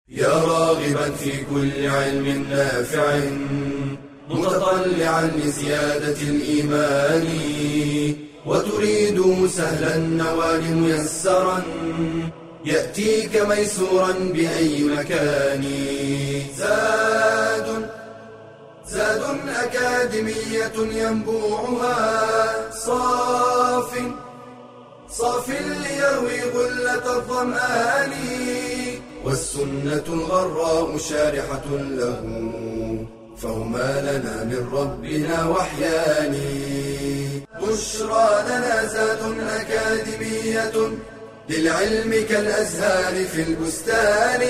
يا راغبا في كل علم نافع متطلعا لزيادة الإيمان وتريد سهلا النوال ميسرا يأتيك ميسورا بأي مكان. زاد أكاديمية ينبوعها صاف ليروي غلة الظمآن والسنة الغراء شارحة له فهما لنا من ربنا وحيان. بشرى لنا زاد أكاديمية للعلم كالأزهار في البستان.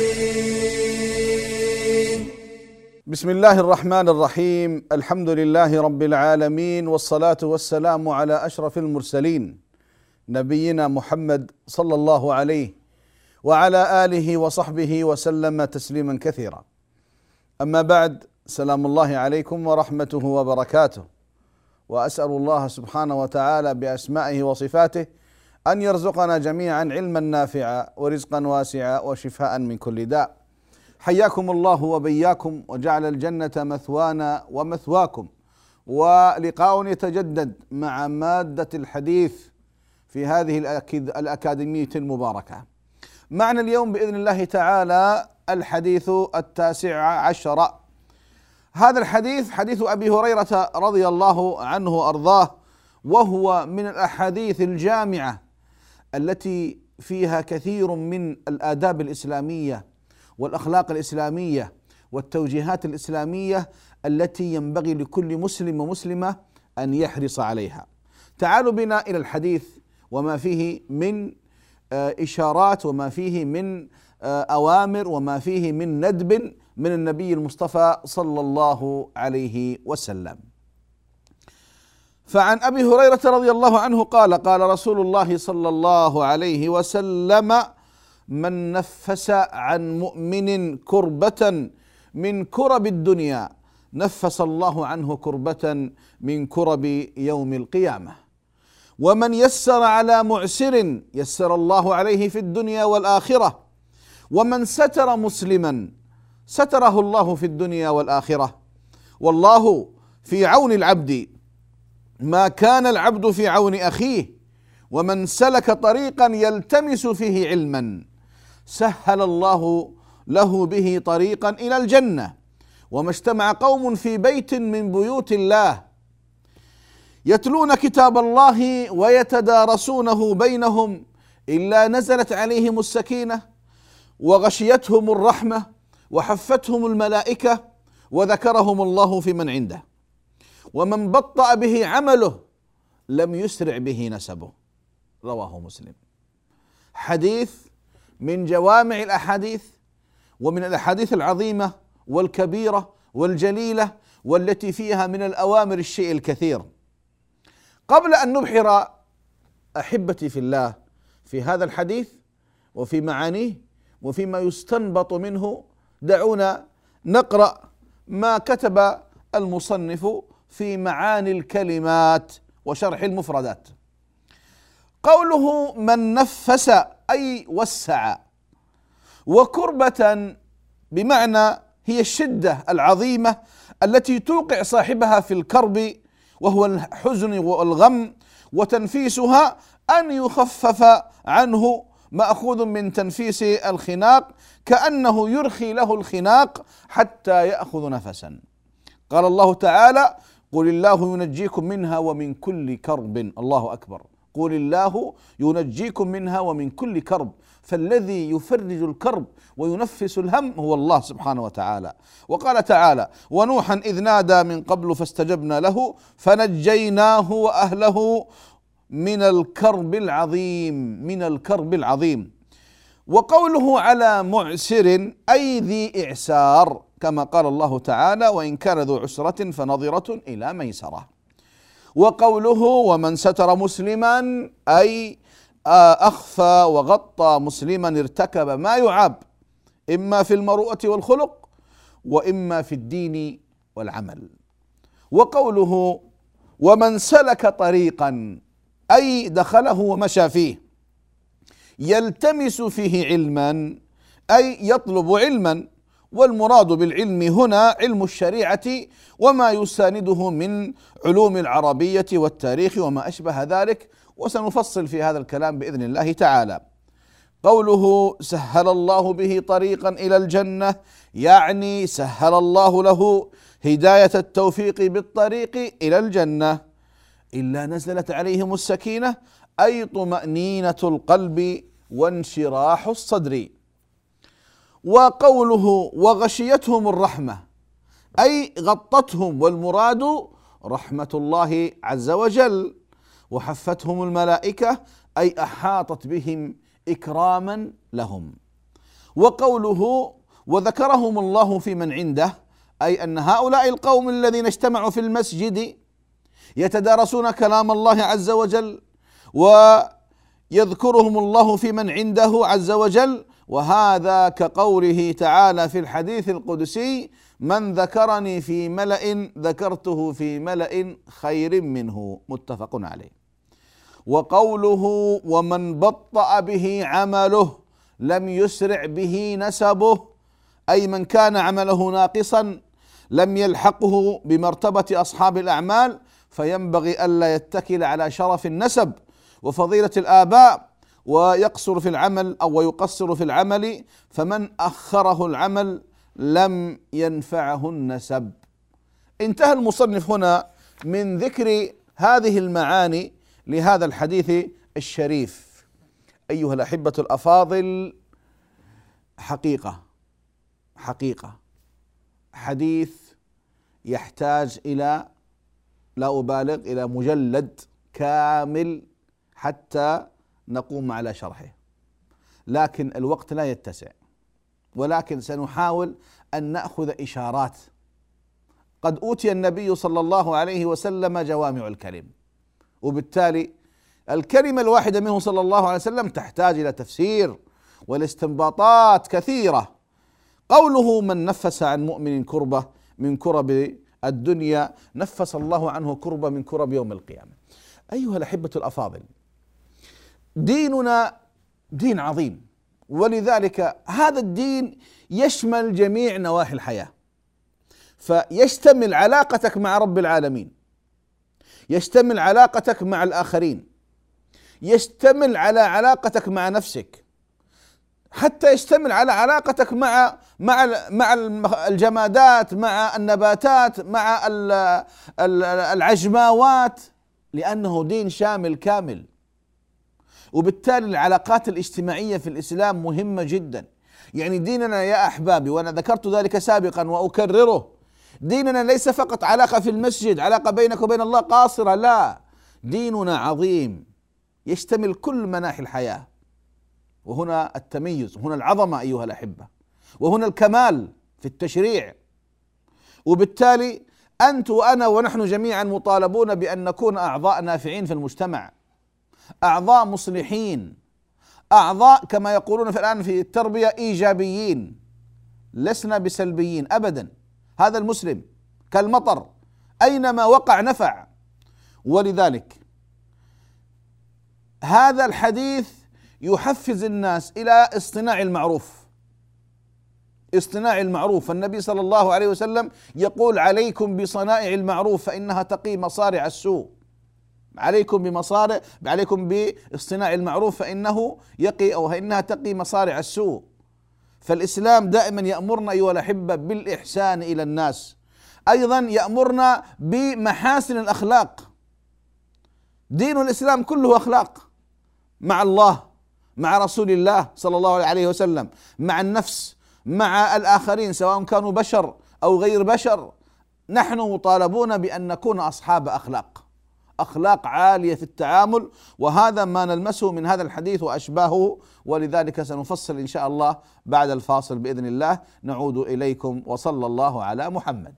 بسم الله الرحمن الرحيم. الحمد لله رب العالمين، والصلاة والسلام على أشرف المرسلين نبينا محمد صلى الله عليه وعلى آله وصحبه وسلم تسليما كثيرا. أما بعد، سلام الله عليكم ورحمته وبركاته، وأسأل الله سبحانه وتعالى بأسمائه وصفاته أن يرزقنا جميعا علما نافعا ورزقا واسعا وشفاء من كل داء. حياكم الله وبياكم وجعل الجنة مثوانا ومثواكم، ولقاء يتجدد مع مادة الحديث في هذه الأكاديمية المباركة. معنا اليوم بإذن الله تعالى الحديث 19. هذا الحديث حديث أبي هريرة رضي الله عنه وأرضاه، وهو من الأحاديث الجامعة التي فيها كثير من الآداب الإسلامية والأخلاق الإسلامية والتوجيهات الإسلامية التي ينبغي لكل مسلم ومسلمة أن يحرص عليها. تعالوا بنا إلى الحديث وما فيه من إشارات، وما فيه من أوامر، وما فيه من ندب من النبي المصطفى صلى الله عليه وسلم. فعن أبي هريرة رضي الله عنه قال: قال رسول الله صلى الله عليه وسلم: من نفس عن مؤمن كربة من كرب الدنيا نفس الله عنه كربة من كرب يوم القيامة. ومن يسر على معسر يسر الله عليه في الدنيا والآخرة. ومن ستر مسلما ستره الله في الدنيا والآخرة. والله في عون العبد ما كان العبد في عون أخيه. ومن سلك طريقا يلتمس فيه علما سهل الله له به طريقا إلى الجنة. وما اجتمع قوم في بيت من بيوت الله يتلون كتاب الله ويتدارسونه بينهم إلا نزلت عليهم السكينة وغشيتهم الرحمة وحفتهم الملائكة وذكرهم الله في من عنده. ومن بطأ به عمله لم يسرع به نسبه. رواه مسلم. حديث من جوامع الأحاديث، ومن الأحاديث العظيمة والكبيرة والجليلة، والتي فيها من الأوامر الشيء الكثير. قبل أن نبحر أحبتي في الله في هذا الحديث وفي معانيه وفيما يستنبط منه، دعونا نقرأ ما كتب المصنف في معاني الكلمات وشرح المفردات. قوله من نفس أي وسع، وكربة بمعنى هي الشدة العظيمة التي توقع صاحبها في الكرب وهو الحزن والغم، وتنفيسها أن يخفف عنه، مأخوذ من تنفيس الخناق، كأنه يرخي له الخناق حتى يأخذ نفسا. قال الله تعالى: قل الله ينجيكم منها ومن كل كرب. الله أكبر. قل الله ينجيكم منها ومن كل كرب. فالذي يفرج الكرب وينفس الهم هو الله سبحانه وتعالى. وقال تعالى: ونوحا إذ نادى من قبل فاستجبنا له فنجيناه وأهله من الكرب العظيم. وقوله على معسر أي ذي إعسار، كما قال الله تعالى: وإن كان ذو عسرة فنظرة إلى ميسرة. وقوله ومن ستر مسلما أي أخفى وغطى مسلما ارتكب ما يعاب، إما في المروءة والخلق وإما في الدين والعمل. وقوله ومن سلك طريقا أي دخله ومشى فيه يلتمس فيه علما أي يطلب علما، والمراد بالعلم هنا علم الشريعة وما يسانده من علوم العربية والتاريخ وما أشبه ذلك، وسنفصل في هذا الكلام بإذن الله تعالى. قوله سهل الله به طريقا إلى الجنة، يعني سهل الله له هداية التوفيق بالطريق إلى الجنة. إلا نزلت عليهم السكينة، أي طمأنينة القلب وانشراح الصدر. وقوله وغشيتهم الرحمة، أي غطتهم، والمراد رحمة الله عز وجل. وحفتهم الملائكة، أي أحاطت بهم إكراما لهم. وقوله وذكرهم الله في من عنده، أي أن هؤلاء القوم الذين اجتمعوا في المسجد يتدارسون كلام الله عز وجل ويذكرهم الله في من عنده عز وجل، وهذا كقوله تعالى في الحديث القدسي: من ذكرني في ملأ ذكرته في ملأ خير منه، متفق عليه. وقوله ومن بطأ به عمله لم يسرع به نسبه، أي من كان عمله ناقصا لم يلحقه بمرتبة أصحاب الأعمال، فينبغي ألا يتكل على شرف النسب وفضيلة الآباء ويقصر في العمل أو ويقصر في العمل، فمن أخره العمل لم ينفعه النسب. انتهى المصنف هنا من ذكر هذه المعاني لهذا الحديث الشريف. أيها الأحبة الأفاضل، حقيقة حديث يحتاج إلى، لا أبالغ، إلى مجلد كامل حتى نقوم على شرحه، لكن الوقت لا يتسع، ولكن سنحاول أن نأخذ إشارات. قد أوتي النبي صلى الله عليه وسلم جوامع الكلم، وبالتالي الكلمة الواحدة منه صلى الله عليه وسلم تحتاج إلى تفسير والاستنباطات كثيرة. قوله من نفس عن مؤمن كربة من كرب الدنيا نفس الله عنه كربة من كرب يوم القيامة. أيها الأحبة الأفاضل، ديننا دين عظيم، ولذلك هذا الدين يشمل جميع نواحي الحياة، فيشتمل علاقتك مع رب العالمين، يشتمل علاقتك مع الآخرين، يشتمل على علاقتك مع نفسك، حتى يشتمل على علاقتك مع الجمادات، مع النباتات، مع العجماوات، لأنه دين شامل كامل. وبالتالي العلاقات الاجتماعية في الإسلام مهمة جدا. يعني ديننا يا أحبابي، وأنا ذكرت ذلك سابقا وأكرره، ديننا ليس فقط علاقة في المسجد، علاقة بينك وبين الله قاصرة، لا، ديننا عظيم يشتمل كل مناحي الحياة. وهنا التميز، هنا العظمة أيها الأحبة، وهنا الكمال في التشريع. وبالتالي أنت وأنا ونحن جميعا مطالبون بأن نكون أعضاء نافعين في المجتمع، أعضاء مصلحين، أعضاء كما يقولون في الآن في التربية إيجابيين، لسنا بسلبيين أبدا. هذا المسلم كالمطر أينما وقع نفع. ولذلك هذا الحديث يحفز الناس إلى اصطناع المعروف، اصطناع المعروف. فالنبي صلى الله عليه وسلم يقول عليكم بصنائع المعروف فإنها تقي مصارع السوء. عليكم باصطناع المعروف فإنه يقي أو إنها تقي مصارع السوء. فالإسلام دائما يأمرنا أيها الأحبة بالإحسان إلى الناس، أيضا يأمرنا بمحاسن الأخلاق. دين الإسلام كله أخلاق، مع الله، مع رسول الله صلى الله عليه وسلم، مع النفس، مع الآخرين سواء كانوا بشر أو غير بشر. نحن مطالبون بأن نكون أصحاب أخلاق عالية في التعامل، وهذا ما نلمسه من هذا الحديث وأشباهه. ولذلك سنفصل إن شاء الله بعد الفاصل بإذن الله. نعود إليكم، وصلى الله على محمد.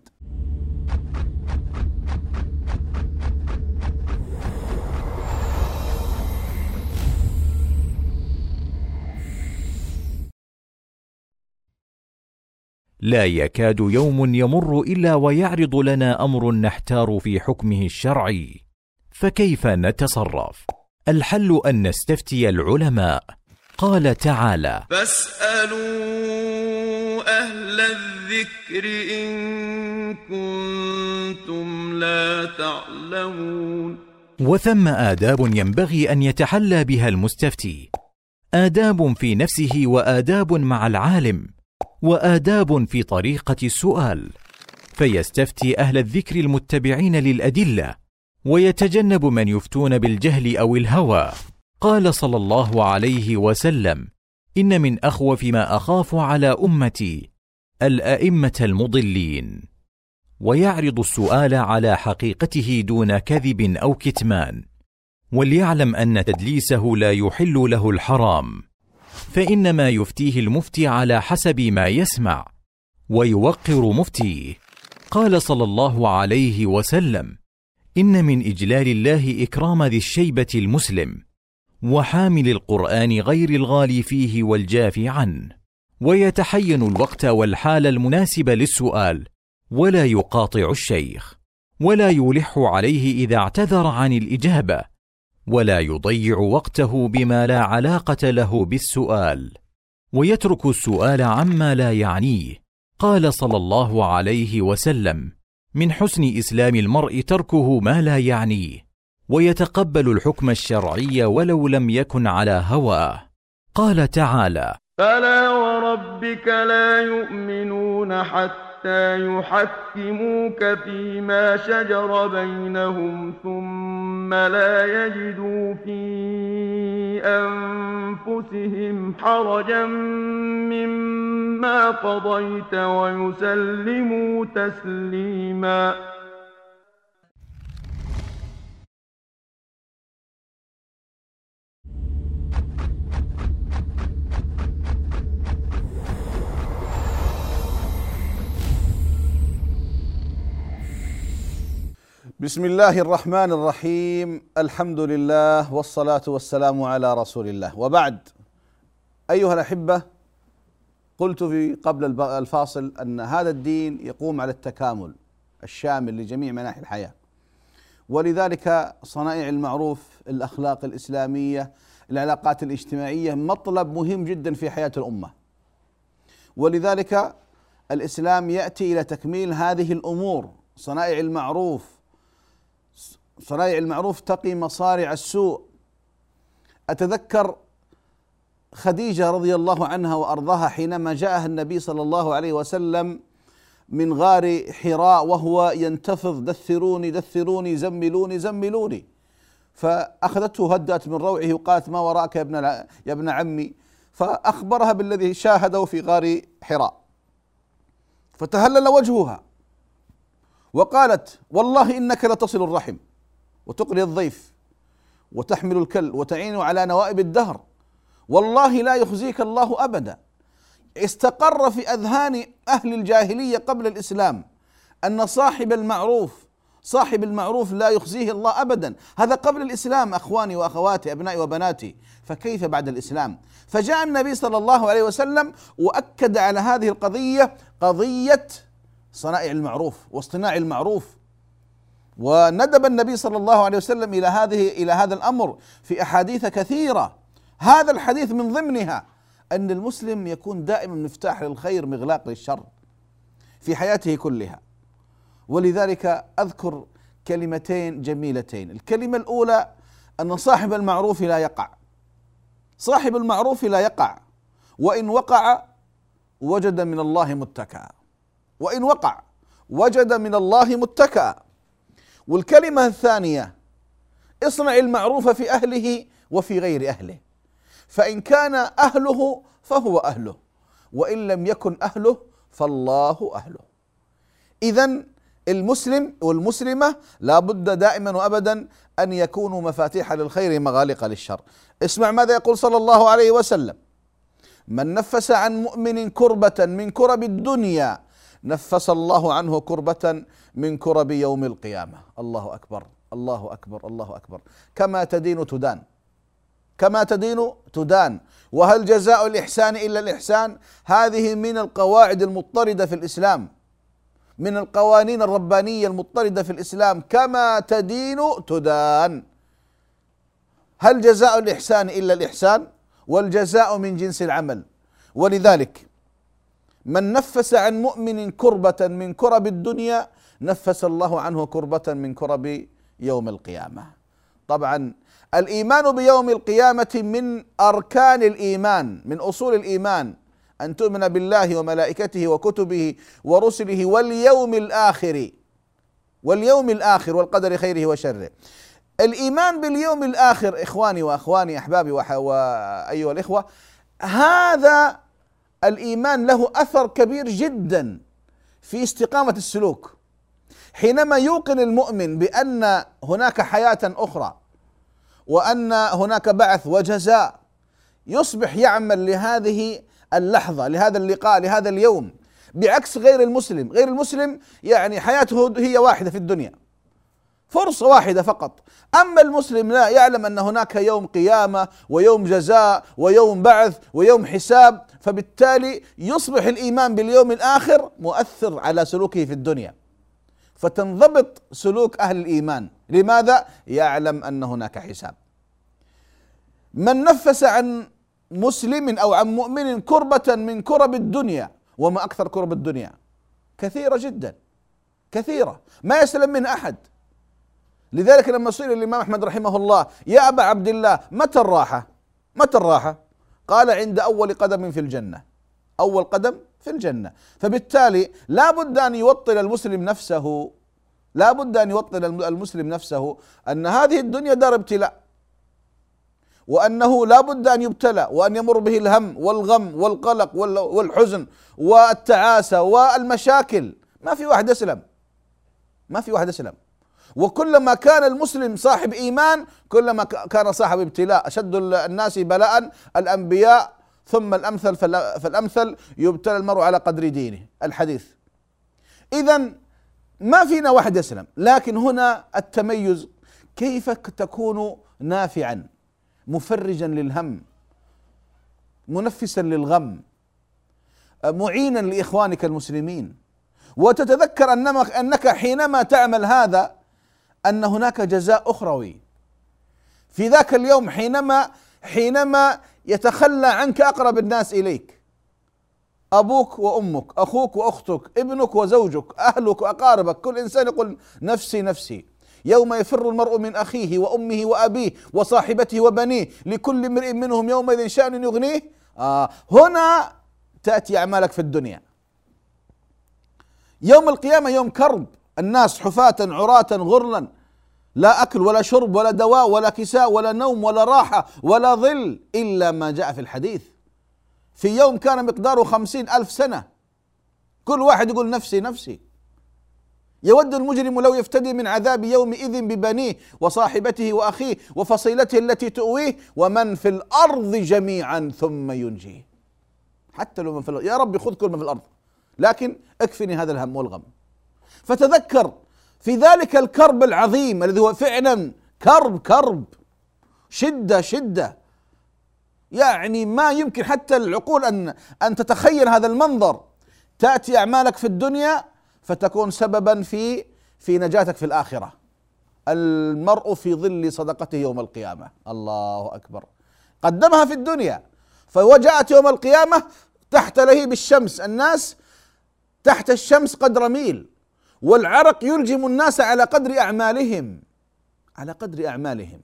لا يكاد يوم يمر إلا ويعرض لنا أمر نحتار في حكمه الشرعي، فكيف نتصرف؟ الحل أن نستفتي العلماء، قال تعالى: فاسألوا أهل الذكر إن كنتم لا تعلمون. وثم آداب ينبغي أن يتحلى بها المستفتي، آداب في نفسه وآداب مع العالم وآداب في طريقة السؤال، فيستفتي أهل الذكر المتبعين للأدلة ويتجنب من يفتون بالجهل أو الهوى. قال صلى الله عليه وسلم: إن من أخوف ما أخاف على أمتي الأئمة المضلين. ويعرض السؤال على حقيقته دون كذب أو كتمان، وليعلم أن تدليسه لا يحل له الحرام، فإنما يفتيه المفتي على حسب ما يسمع ويوقر مفتيه. قال صلى الله عليه وسلم: إن من إجلال الله إكرام ذي الشيبة المسلم وحامل القرآن غير الغالي فيه والجافي عنه. ويتحين الوقت والحال المناسب للسؤال، ولا يقاطع الشيخ، ولا يلح عليه إذا اعتذر عن الإجابة، ولا يضيع وقته بما لا علاقة له بالسؤال، ويترك السؤال عما لا يعنيه. قال صلى الله عليه وسلم: من حسن إسلام المرء تركه ما لا يعنيه، ويتقبل الحكم الشرعي ولو لم يكن على هواه. قال تعالى: فلا وربك لا يؤمنون حتى يحكموك فيما شجر بينهم ثم لا يجدوا في أنفسهم حرجا مما قضيت ويسلموا تسليما. بسم الله الرحمن الرحيم، الحمد لله والصلاة والسلام على رسول الله، وبعد. أيها الأحبة، قلت في قبل الفاصل أن هذا الدين يقوم على التكامل الشامل لجميع مناحي الحياة، ولذلك صنائع المعروف، الأخلاق الإسلامية، العلاقات الاجتماعية مطلب مهم جدا في حياة الأمة، ولذلك الإسلام يأتي إلى تكميل هذه الأمور. صنائع المعروف تقي مصارع السوء. أتذكر خديجة رضي الله عنها وأرضاها حينما جاءها النبي صلى الله عليه وسلم من غار حراء وهو ينتفض: دثروني دثروني، زملوني زملوني، فأخذته هدأت من روعه وقالت: ما وراءك يا ابن عمي، فأخبرها بالذي شاهده في غار حراء، فتهلل وجهها وقالت: والله إنك لتصل الرحم وتقري الضيف وتحمل الكل وتعين على نوائب الدهر، والله لا يخزيك الله أبدا. استقر في أذهان أهل الجاهلية قبل الإسلام أن صاحب المعروف لا يخزيه الله أبدا. هذا قبل الإسلام أخواني وأخواتي، أبنائي وبناتي، فكيف بعد الإسلام؟ فجاء النبي صلى الله عليه وسلم وأكد على هذه القضية، قضية صنائع المعروف واصطناع المعروف، وندب النبي صلى الله عليه وسلم إلى هذا الأمر في أحاديث كثيرة. هذا الحديث من ضمنها أن المسلم يكون دائما مفتاح للخير مغلاق للشر في حياته كلها. ولذلك أذكر كلمتين جميلتين. الكلمة الأولى أن صاحب المعروف لا يقع، وإن وقع وجد من الله متكأ. والكلمة الثانية: اصنع المعروف في أهله وفي غير أهله، فإن كان أهله فهو أهله، وإن لم يكن أهله فالله أهله. إذن المسلم والمسلمة لا بد دائما وأبدا أن يكونوا مفاتيح للخير مغالق للشر. اسمع ماذا يقول صلى الله عليه وسلم: من نفس عن مؤمن كربة من كرب الدنيا نفس الله عنه كربة من كرب يوم القيامة. الله أكبر، الله أكبر، الله أكبر. كما تدين تدان. وهل جزاء الإحسان إلا الإحسان؟ هذه من القواعد المضطردة في الإسلام، من القوانين الربانية المضطردة في الإسلام. كما تدين تدان. هل جزاء الإحسان إلا الإحسان؟ والجزاء من جنس العمل. ولذلك من نفس عن مؤمن كربة من كرب الدنيا نفس الله عنه كربة من كرب يوم القيامة. طبعا الإيمان بيوم القيامة من أركان الإيمان، من أصول الإيمان، أن تؤمن بالله وملائكته وكتبه ورسله واليوم الآخر والقدر خيره وشره. الإيمان باليوم الآخر إخواني وأخواني أحبابي وأيها الإخوة، هذا الإيمان له أثر كبير جدا في استقامة السلوك. حينما يوقن المؤمن بأن هناك حياة أخرى وأن هناك بعث وجزاء، يصبح يعمل لهذه اللحظة، لهذا اللقاء، لهذا اليوم، بعكس غير المسلم. غير المسلم يعني حياته هي واحدة في الدنيا، فرصة واحدة فقط. أما المسلم لا، يعلم أن هناك يوم قيامة ويوم جزاء ويوم بعث ويوم حساب، فبالتالي يصبح الإيمان باليوم الآخر مؤثر على سلوكه في الدنيا، فتنضبط سلوك أهل الإيمان. لماذا؟ يعلم أن هناك حساب. من نفس عن مسلم أو عن مؤمن كربة من كرب الدنيا، وما أكثر كرب الدنيا، كثيرة جدا، كثيرة ما يسلم من أحد. لذلك لما سئل الإمام أحمد رحمه الله: يا أبا عبد الله متى الراحة؟ متى الراحة؟ قال: عند أول قدم في الجنة. أول قدم في الجنة. فبالتالي لا بد أن يوطن المسلم نفسه، لا بد أن يوطن المسلم نفسه أن هذه الدنيا دار ابتلاء، وأنه لا بد أن يبتلى وأن يمر به الهم والغم والقلق والحزن والتعاسة والمشاكل. ما في واحد يسلم، ما في واحد يسلم. وكلما كان المسلم صاحب إيمان كلما كان صاحب ابتلاء. أشد الناس بلاء الأنبياء ثم الأمثل فالأمثل، يبتلى المرء على قدر دينه، الحديث. إذن ما فينا واحد يسلم، لكن هنا التميز كيف تكون نافعا، مفرجا للهم، منفسا للغم، معينا لإخوانك المسلمين، وتتذكر أنك حينما تعمل هذا أن هناك جزاء أخروي في ذاك اليوم، حينما يتخلى عنك أقرب الناس إليك، أبوك وأمك، أخوك وأختك، ابنك وزوجك، أهلك وأقاربك، كل إنسان يقول نفسي نفسي. يوم يفر المرء من أخيه وأمه وأبيه وصاحبته وبنيه لكل امرئ منهم يومئذ شأن يغنيه. هنا تأتي أعمالك في الدنيا. يوم القيامة يوم كرب، الناس حفاة عراة غرلا، لا أكل ولا شرب ولا دواء ولا كساء ولا نوم ولا راحة ولا ظل إلا ما جاء في الحديث. في يوم كان مقداره 50,000 سنة، كل واحد يقول نفسي نفسي. يود المجرم لو يفتدي من عذاب يومئذ ببنيه وصاحبته وأخيه وفصيلته التي تؤويه ومن في الأرض جميعا ثم ينجيه. حتى لو من في الأرض، يا رب خذ كل من في الأرض، لكن اكفني هذا الهم والغم. فتذكر في ذلك الكرب العظيم الذي هو فعلا كرب شدة، يعني ما يمكن حتى العقول أن تتخيل هذا المنظر. تأتي أعمالك في الدنيا فتكون سببا في نجاتك في الآخرة. المرء في ظل صدقته يوم القيامة. الله أكبر. قدمها في الدنيا فوجاءت يوم القيامة تحت لهيب الشمس، الناس تحت الشمس قدر ميل، والعرق يلجم الناس على قدر أعمالهم، على قدر أعمالهم.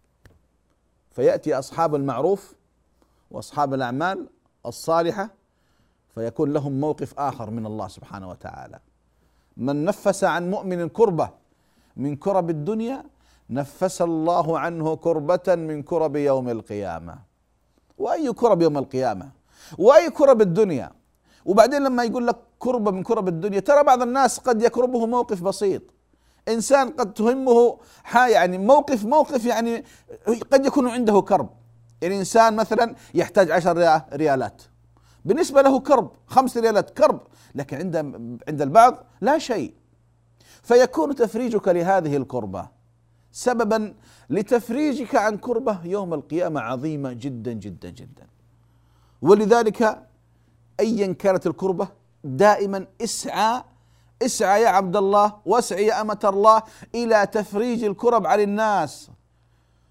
فيأتي أصحاب المعروف وأصحاب الأعمال الصالحة فيكون لهم موقف آخر من الله سبحانه وتعالى. من نفس عن مؤمن كربة من كرب الدنيا نفس الله عنه كربة من كرب يوم القيامة. وأي كرب يوم القيامة وأي كرب الدنيا. وبعدين لما يقول لك كربة من كرب الدنيا، ترى بعض الناس قد يكربه موقف بسيط، إنسان قد تهمه يعني موقف يعني قد يكون عنده كرب. الإنسان مثلا يحتاج 10 ريالات، بالنسبة له كرب، 5 ريالات كرب، لكن عند البعض لا شيء. فيكون تفريجك لهذه الكربة سببا لتفريجك عن كربة يوم القيامة عظيمة جدا جدا جدا. ولذلك أيا كانت الكربة دائما اسعى يا عبد الله، واسعي يا أمة الله إلى تفريج الكرب عن الناس،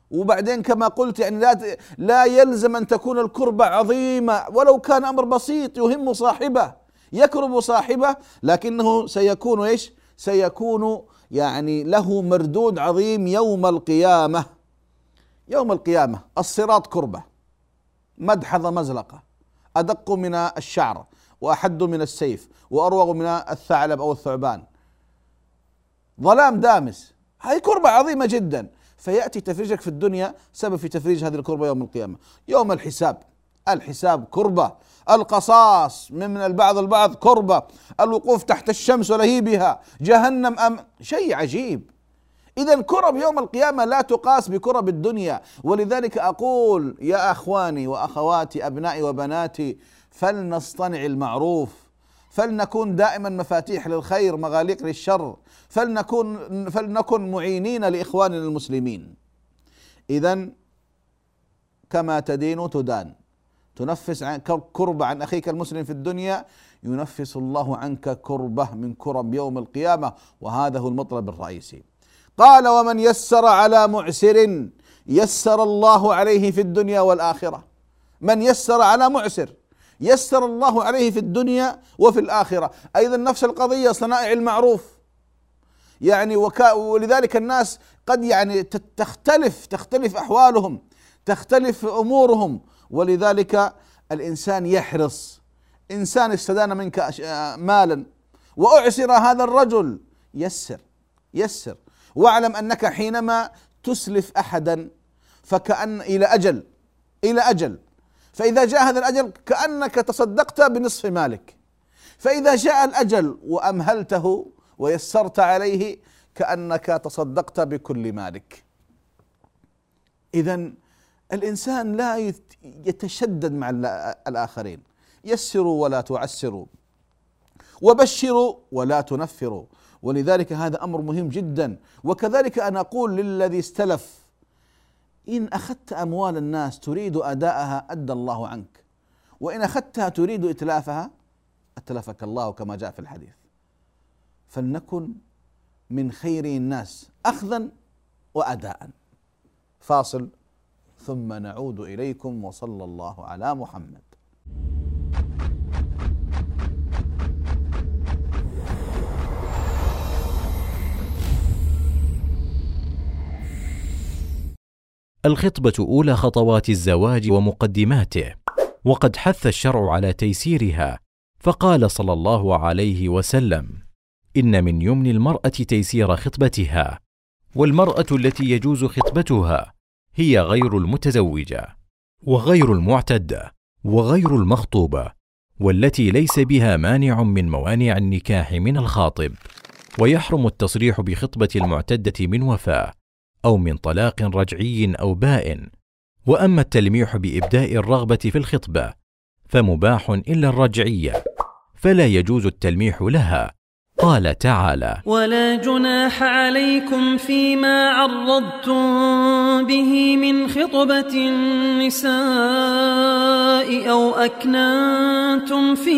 وبعدين كما قلت يعني لا يلزم أن تكون الكربة عظيمة، ولو كان أمر بسيط يهم صاحبه يكرب صاحبه، لكنه سيكون إيش؟ سيكون يعني له مردود عظيم يوم القيامة. يوم القيامة الصراط كربة، مدحض مزلقة، أدق من الشعر وأحد من السيف وأروغ من الثعلب أو الثعبان، ظلام دامس، هذه كربة عظيمة جدا. فيأتي تفريجك في الدنيا سبب في تفريج هذه الكربة يوم القيامة. يوم الحساب، الحساب كربة، القصاص من البعض كربة، الوقوف تحت الشمس ولهيبها، جهنم شيء عجيب. إذا كرب يوم القيامة لا تقاس بكرب الدنيا. ولذلك أقول يا أخواني وأخواتي أبنائي وبناتي، فلنصطنع المعروف، فلنكن دائما مفاتيح للخير مغاليق للشر، فلنكن معينين لإخواننا المسلمين. إذن كما تدين تدان، تنفس كربة عن أخيك المسلم في الدنيا، ينفس الله عنك كربة من كرب يوم القيامة، وهذا هو المطلب الرئيسي. قال ومن يسر على معسر يسر الله عليه في الدنيا والآخرة. من يسر على معسر يسر الله عليه في الدنيا وفي الآخرة. أيضا نفس القضية صنائع المعروف، يعني ولذلك الناس قد يعني تختلف أحوالهم، تختلف أمورهم، ولذلك الإنسان يحرص. إنسان استدان منك مالا وأعسر هذا الرجل، يسر، واعلم أنك حينما تسلف أحدا فكأن إلى أجل، فإذا جاء هذا الأجل كأنك تصدقت بنصف مالك، فإذا جاء الأجل وأمهلته ويسرت عليه كأنك تصدقت بكل مالك. إذن الإنسان لا يتشدد مع الآخرين، يسروا ولا تعسروا، وبشروا ولا تنفروا. ولذلك هذا أمر مهم جدا. وكذلك أنا أقول للذي استلف، إن أخذت أموال الناس تريد أداءها أدى الله عنك، وإن أخذتها تريد إتلافها أتلفك الله كما جاء في الحديث. فلنكن من خير الناس أخذا وأداء. فاصل ثم نعود إليكم، وصلى الله على محمد. الخطبة أولى خطوات الزواج ومقدماته، وقد حث الشرع على تيسيرها، فقال صلى الله عليه وسلم: إن من يمن المرأة تيسير خطبتها، والمرأة التي يجوز خطبتها هي غير المتزوجة وغير المعتدة وغير المخطوبة، والتي ليس بها مانع من موانع النكاح من الخاطب. ويحرم التصريح بخطبة المعتدة من وفاة أو من طلاق رجعي أو بائن. وأما التلميح بإبداء الرغبة في الخطبة فمباح إلا الرجعية، فلا يجوز التلميح لها. قال تعالى: ولا جناح عليكم فيما عرضتم به من خطبة النساء أو أكننتم في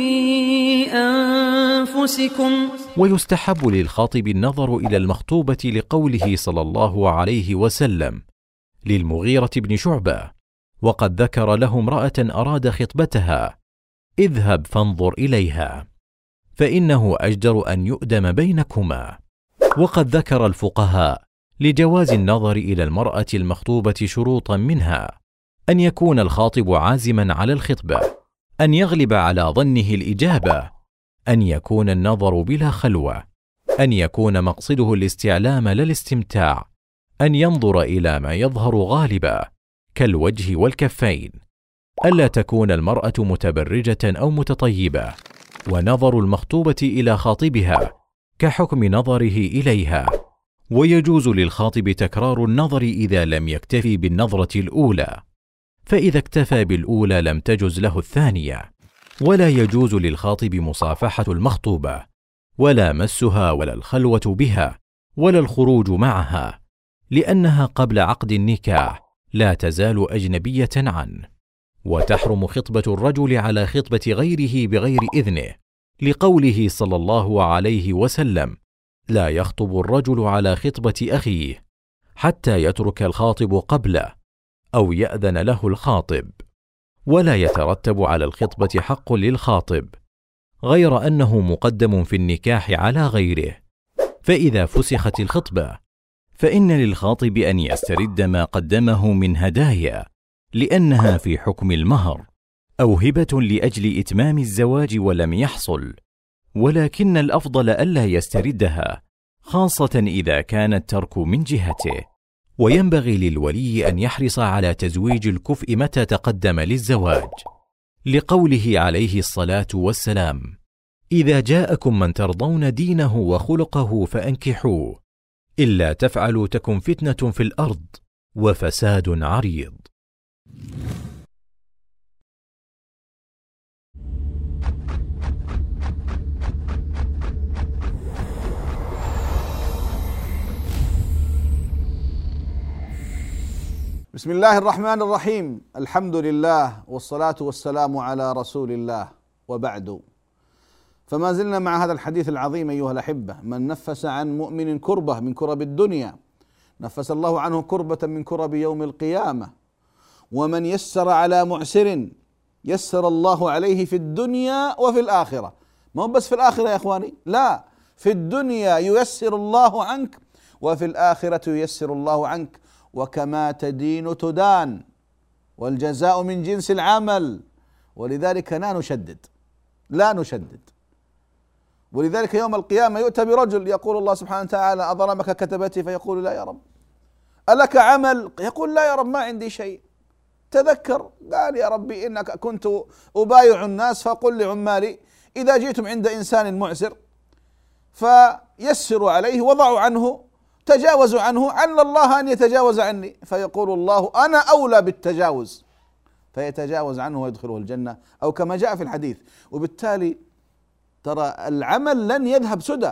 أنفسكم. ويستحب للخاطب النظر إلى المخطوبة لقوله صلى الله عليه وسلم للمغيرة بن شعبة: وقد ذكر له امرأة أراد خطبتها، اذهب فانظر إليها فإنه أجدر أن يؤدم بينكما. وقد ذكر الفقهاء لجواز النظر إلى المرأة المخطوبة شروطا، منها أن يكون الخاطب عازما على الخطبة، أن يغلب على ظنه الإجابة، أن يكون النظر بلا خلوة، أن يكون مقصده الاستعلام لا الاستمتاع، أن ينظر إلى ما يظهر غالبا كالوجه والكفين، ألا تكون المرأة متبرجة أو متطيبة، ونظر المخطوبة إلى خاطبها كحكم نظره إليها. ويجوز للخاطب تكرار النظر إذا لم يكتفي بالنظرة الأولى، فإذا اكتفى بالأولى لم تجز له الثانية. ولا يجوز للخاطب مصافحة المخطوبة، ولا مسها، ولا الخلوة بها، ولا الخروج معها، لأنها قبل عقد النكاح لا تزال أجنبية عنه. وتحرم خطبة الرجل على خطبة غيره بغير إذنه، لقوله صلى الله عليه وسلم: لا يخطب الرجل على خطبة أخيه، حتى يترك الخاطب قبله أو يأذن له الخاطب، ولا يترتب على الخطبة حق للخاطب، غير أنه مقدم في النكاح على غيره. فإذا فسخت الخطبة فإن للخاطب أن يسترد ما قدمه من هدايا، لأنها في حكم المهر أو هبة لأجل إتمام الزواج ولم يحصل، ولكن الأفضل ألا يستردها، خاصة إذا كان الترك من جهته. وينبغي للولي أن يحرص على تزويج الكفء متى تقدم للزواج، لقوله عليه الصلاة والسلام: إذا جاءكم من ترضون دينه وخلقه فأنكحوه، إلا تفعلوا تكن فتنة في الأرض وفساد عريض. بسم الله الرحمن الرحيم، الحمد لله والصلاة والسلام على رسول الله، وبعد، فما زلنا مع هذا الحديث العظيم أيها الأحبة: من نفس عن مؤمن كربة من كرب الدنيا نفس الله عنه كربة من كرب يوم القيامة، ومن يسر على معسر يسر الله عليه في الدنيا وفي الآخرة. ما هو بس في الآخرة يا إخواني، لا، في الدنيا ييسر الله عنك، وفي الآخرة ييسر الله عنك، وكما تدين تدان، والجزاء من جنس العمل. ولذلك لا نشدد. ولذلك يوم القيامة يؤتى برجل يقول الله سبحانه وتعالى: أظلمك كتبتي؟ فيقول: لا يا رب. ألك عمل؟ يقول: لا يا رب، ما عندي شيء. تذكر، قال: يا ربي إنك كنت أبايع الناس فقل لعمالي إذا جئتم عند إنسان معسر فيسروا عليه وضعوا عنه، تجاوزوا عنه، عل الله أن يتجاوز عني. فيقول الله: أنا أولى بالتجاوز، فيتجاوز عنه ويدخله الجنة، أو كما جاء في الحديث. وبالتالي ترى العمل لن يذهب سدى.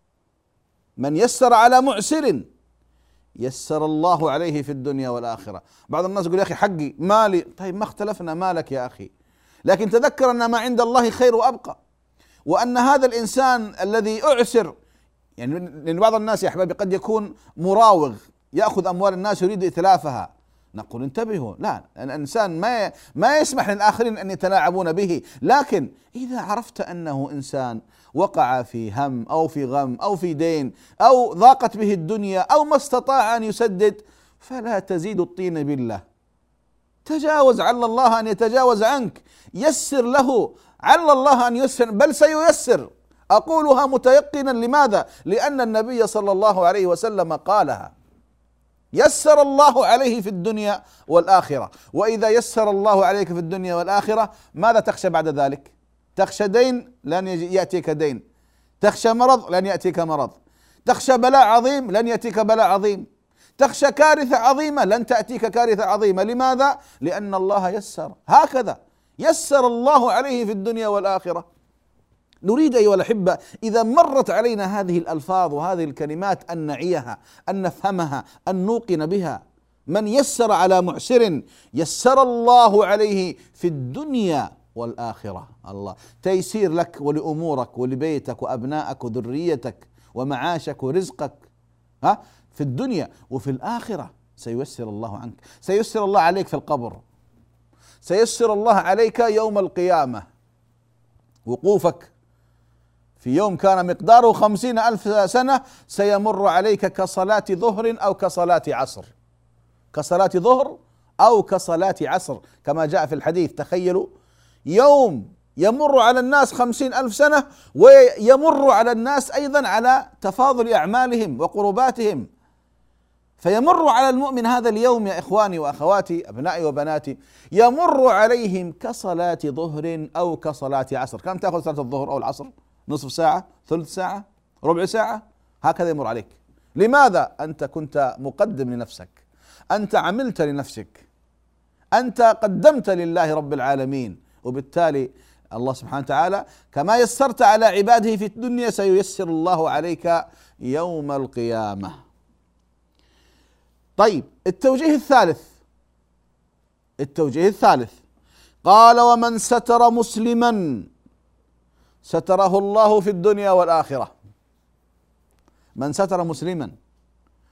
من يسر على معسر يسر الله عليه في الدنيا والآخرة. بعض الناس يقول: يا أخي حقي، مالي. طيب ما اختلفنا، مالك يا أخي، لكن تذكر أن ما عند الله خير وأبقى، وأن هذا الإنسان الذي أعسر، يعني لأن بعض الناس يا أحبابي قد يكون مراوغ، يأخذ أموال الناس يريد إتلافها. نقول: انتبهوا، لا، الإنسان ما يسمح للآخرين أن يتلاعبون به، لكن إذا عرفت أنه إنسان وقع في هم أو في غم أو في دين أو ضاقت به الدنيا أو ما استطاع أن يسدد، فلا تزيد الطين بالله، تجاوز، عل الله أن يتجاوز عنك، يسر له، عل الله أن يسر، بل سييسر. أقولها متيقنا. لماذا؟ لأن النبي صلى الله عليه وسلم قالها: يسر الله عليه في الدنيا والآخرة. وإذا يسر الله عليك في الدنيا والآخرة، ماذا تخشى بعد ذلك؟ تخشى دين؟ لن يأتيك دين. تخشى مرض؟ لن يأتيك مرض. تخشى بلاء عظيم؟ لن يأتيك بلاء عظيم. تخشى كارثة عظيمة؟ لن تأتيك كارثة عظيمة. لماذا؟ لأن الله يسر. هكذا يسر الله عليه في الدنيا والآخرة. نريد أيها الأحبة إذا مرت علينا هذه الألفاظ وهذه الكلمات أن نعيها، أن نفهمها، أن نوقن بها. من يسر على معسر يسر الله عليه في الدنيا والآخرة. الله تيسير لك ولأمورك ولبيتك وأبنائك وذريتك ومعاشك ورزقك، في الدنيا وفي الآخرة سييسر الله عنك. سييسر الله عليك في القبر، سييسر الله عليك يوم القيامة. وقوفك في يوم كان مقداره 50,000 سنة سيمر عليك كصلاة ظهر أو كصلاة عصر، كصلاة ظهر أو كصلاة عصر، كما جاء في الحديث. تخيلوا يوم يمر على الناس 50,000 سنة، ويمر على الناس أيضا على تفاضل أعمالهم وقرباتهم. فيمر على المؤمن هذا اليوم يا إخواني وأخواتي، أبنائي وبناتي، يمر عليهم كصلاة ظهر أو كصلاة عصر. كم تأخذ صلاة الظهر أو العصر؟ نصف ساعة، ثلث ساعة، ربع ساعة، هكذا يمر عليك. لماذا؟ أنت كنت مقدم لنفسك، أنت عملت لنفسك، أنت قدمت لله رب العالمين. وبالتالي الله سبحانه وتعالى كما يسرت على عباده في الدنيا سييسر الله عليك يوم القيامة. طيب، التوجيه الثالث قال: ومن ستر مسلما ستره الله في الدنيا والآخرة. من ستر مسلما،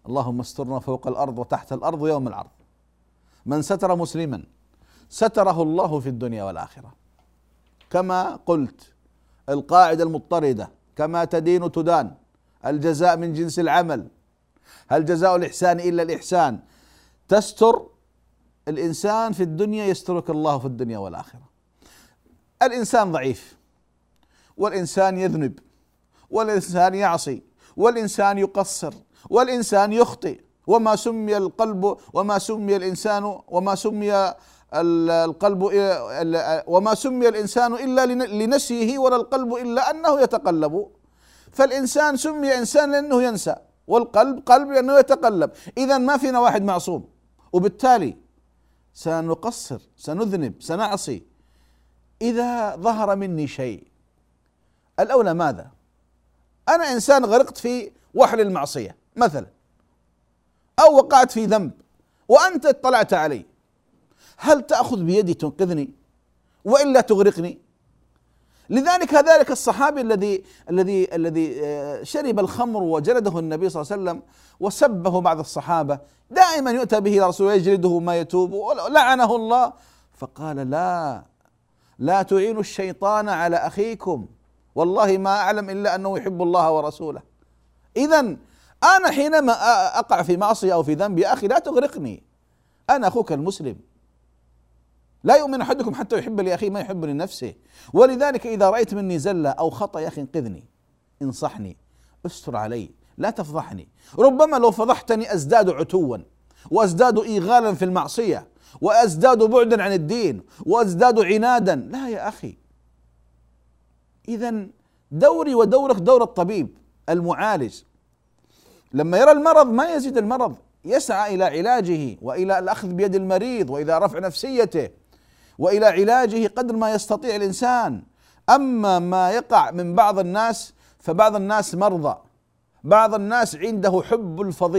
اللهم استرنا فوق الأرض وتحت الأرض ويوم العرض. من ستر مسلما ستره الله في الدنيا والآخرة. كما قلت القاعدة المضطردة: كما تدين تدان، الجزاء من جنس العمل، هل جزاء الإحسان إلا الإحسان؟ تستر الإنسان في الدنيا يسترك الله في الدنيا والآخرة. الإنسان ضعيف، والإنسان يذنب، والإنسان يعصي، والإنسان يقصر، والإنسان يخطئ، وما سمي القلب وما سمي الإنسان وما سمي القلب وما سمي الإنسان إلا لنسيه، ولا القلب إلا أنه يتقلب. فالإنسان سمي إنسان لأنه ينسى، والقلب قلب لأنه يتقلب. إذا ما فينا واحد معصوم، وبالتالي سنقصر، سنذنب، سنعصي. إذا ظهر مني شيء، الأولى ماذا؟ أنا إنسان غرقت في وحل المعصية مثلا، أو وقعت في ذنب وأنت اطلعت علي، هل تأخذ بيدي تنقذني وإلا تغرقني؟ لذلك هذلك الصحابي الذي شرب الخمر وجلده النبي صلى الله عليه وسلم وسبه بعض الصحابة، دائما يؤتى به إلى رسول الله يجلده ما يتوب، لعنه الله. فقال: لا تعينوا الشيطان على أخيكم، والله ما أعلم إلا أنه يحب الله ورسوله. إذا أنا حينما أقع في معصية أو في ذنب، يا أخي لا تغرقني، أنا أخوك المسلم، لا يؤمن أحدكم حتى يحب لأخيه ما يحب لنفسه. ولذلك إذا رأيت مني زلة أو خطأ، يا أخي انقذني، انصحني، استر علي، لا تفضحني. ربما لو فضحتني أزداد عتوا، وأزداد إيغالا في المعصية، وأزداد بعدا عن الدين، وأزداد عنادا. لا يا أخي، إذا دوري ودورك دور الطبيب المعالج. لما يرى المرض ما يزيد المرض، يسعى إلى علاجه وإلى الأخذ بيد المريض وإلى رفع نفسيته وإلى علاجه قدر ما يستطيع الإنسان. أما ما يقع من بعض الناس، فبعض الناس مرضى، بعض الناس عنده حب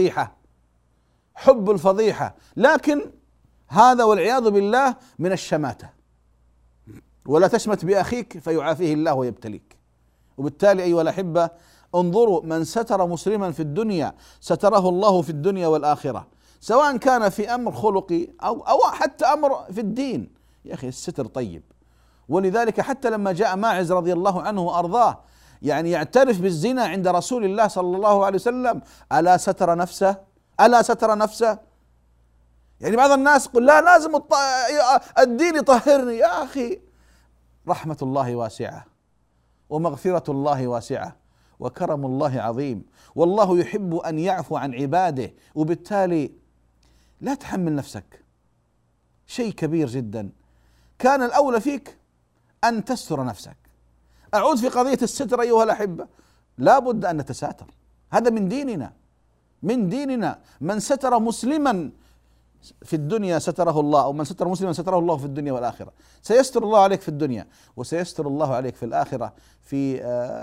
الفضيحة، لكن هذا والعياذ بالله من الشماتة. ولا تشمت بأخيك فيعافيه الله ويبتليك. وبالتالي أيها الأحبة، انظروا: من ستر مسلما في الدنيا ستره الله في الدنيا والآخرة، سواء كان في أمر خلقي أو حتى أمر في الدين. يا أخي الستر طيب. ولذلك حتى لما جاء ماعز رضي الله عنه وأرضاه يعني يعترف بالزنا عند رسول الله صلى الله عليه وسلم، ألا ستر نفسه؟ يعني بعض الناس يقول: لا، لازم الدين يطهرني. يا أخي رحمة الله واسعة، ومغفرة الله واسعة، وكرم الله عظيم، والله يحب أن يعفو عن عباده. وبالتالي لا تحمل نفسك، شيء كبير جدا. كان الأولى فيك أن تستر نفسك. أعود في قضية الستر أيها الأحبة، لا بد أن نتساتر، هذا من ديننا. من ستر مسلما في الدنيا ستره الله، أو من ستر مسلما ستره الله في الدنيا والآخرة. سيستر الله عليك في الدنيا، وسيستر الله عليك في الآخرة، في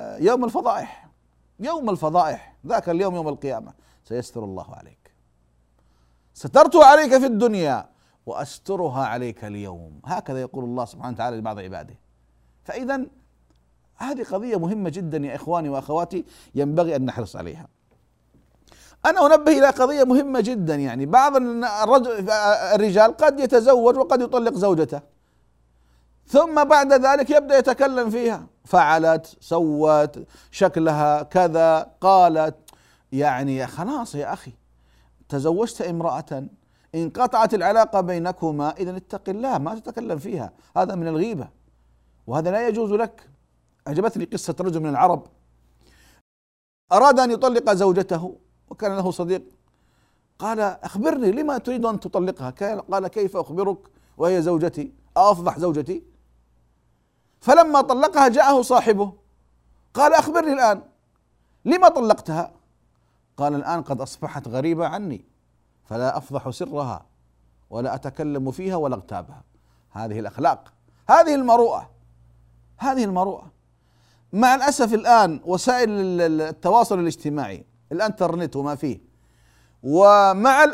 يوم الفضائح، ذاك اليوم يوم القيامة سيستر الله عليك. سترته عليك في الدنيا وأسترها عليك اليوم، هكذا يقول الله سبحانه وتعالى لبعض عباده. فإذا هذه قضية مهمة جدا يا إخواني وأخواتي، ينبغي أن نحرص عليها. أنا أنبه إلى قضية مهمة جدا. يعني بعض الرجال قد يتزوج وقد يطلق زوجته، ثم بعد ذلك يبدأ يتكلم فيها، فعلت، سوت، شكلها كذا، قالت. يعني خلاص يا أخي، تزوجت امرأة، انقطعت العلاقة بينكما، إذن اتق الله، ما تتكلم فيها، هذا من الغيبة وهذا لا يجوز لك. أعجبتني قصة رجل من العرب أراد أن يطلق زوجته، وكان له صديق، قال: أخبرني لما تريد أن تطلقها؟ قال: كيف أخبرك وهي زوجتي؟ أفضح زوجتي؟ فلما طلقها جاءه صاحبه قال: أخبرني الآن لما طلقتها؟ قال: الآن قد أصبحت غريبة عني، فلا أفضح سرها ولا أتكلم فيها ولا أغتابها. هذه الأخلاق، هذه المروءة. مع الأسف الآن وسائل التواصل الاجتماعي، الانترنت وما فيه، ومع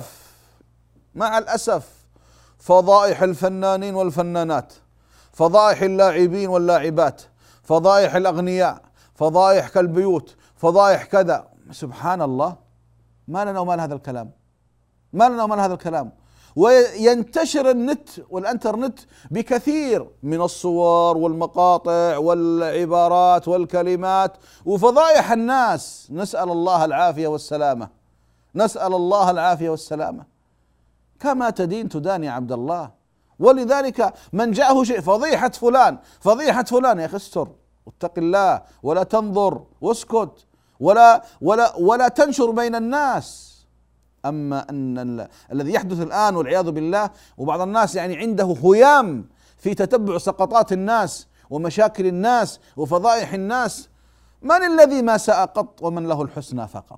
الأسف فضائح الفنانين والفنانات، فضائح اللاعبين واللاعبات، فضائح الأغنياء، فضائح كالبيوت، فضائح كذا. سبحان الله، ما لنا ومال هذا الكلام، ما لنا ومال هذا الكلام. وينتشر النت والانترنت بكثير من الصور والمقاطع والعبارات والكلمات وفضائح الناس، نسأل الله العافية والسلامة، نسأل الله العافية والسلامة. كما تدين تدان يا عبد الله. ولذلك من جاءه شيء فضيحة فلان، فضيحة فلان، يا أخي استر واتق الله ولا تنظر واسكت ولا تنشر بين الناس. أما أن الذي يحدث الآن والعياذ بالله، وبعض الناس يعني عنده هيام في تتبع سقطات الناس ومشاكل الناس وفضائح الناس. من الذي ما ساء قط ومن له الحسنى فقط؟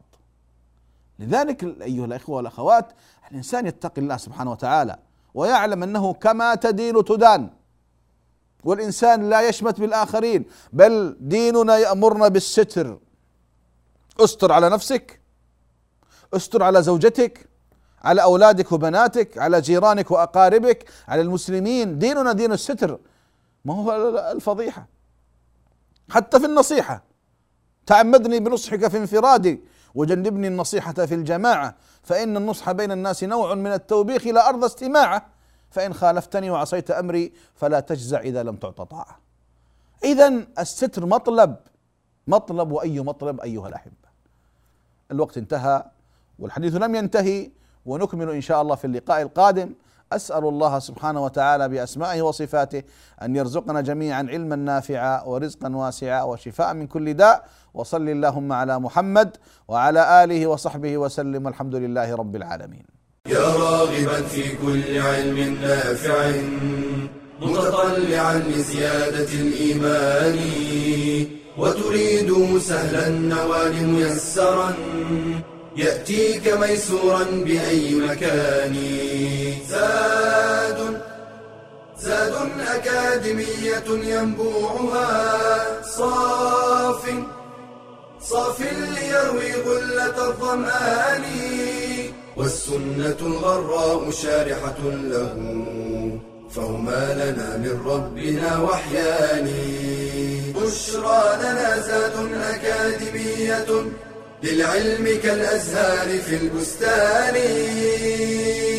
لذلك أيها الأخوة والأخوات، الإنسان يتقي الله سبحانه وتعالى ويعلم أنه كما تدين تدان، والإنسان لا يشمت بالآخرين، بل ديننا يأمرنا بالستر. استر على نفسك، استر على زوجتك، على أولادك وبناتك، على جيرانك وأقاربك، على المسلمين. ديننا دين الستر، ما هو الفضيحة. حتى في النصيحة، تعمدني بنصحك في انفرادي وجنبني النصيحة في الجماعة، فإن النصح بين الناس نوع من التوبيخ لا أرضى استماعه، فإن خالفتني وعصيت أمري فلا تجزع إذا لم تعط طاعة. إذن الستر مطلب وأي مطلب أيها الأحبة. الوقت انتهى والحديث لم ينتهي، ونكمل إن شاء الله في اللقاء القادم. أسأل الله سبحانه وتعالى بأسمائه وصفاته أن يرزقنا جميعا علما نافعا ورزقا واسعا وشفاء من كل داء، وصل اللهم على محمد وعلى آله وصحبه وسلم، والحمد لله رب العالمين. يا راغبا في كل علم نافع متطلعا لزيادة الإيمان، وتريد سهلا النوال ميسرا يأتيك ميسورا بأي مكان. زاد أكاديمية ينبوعها صاف ليروي غلة الظمآن، والسنة الغراء شارحة له، فهما لنا من ربنا وحيان. بشرى لنا زاد أكاديمية للعلم كالأزهار في البستان.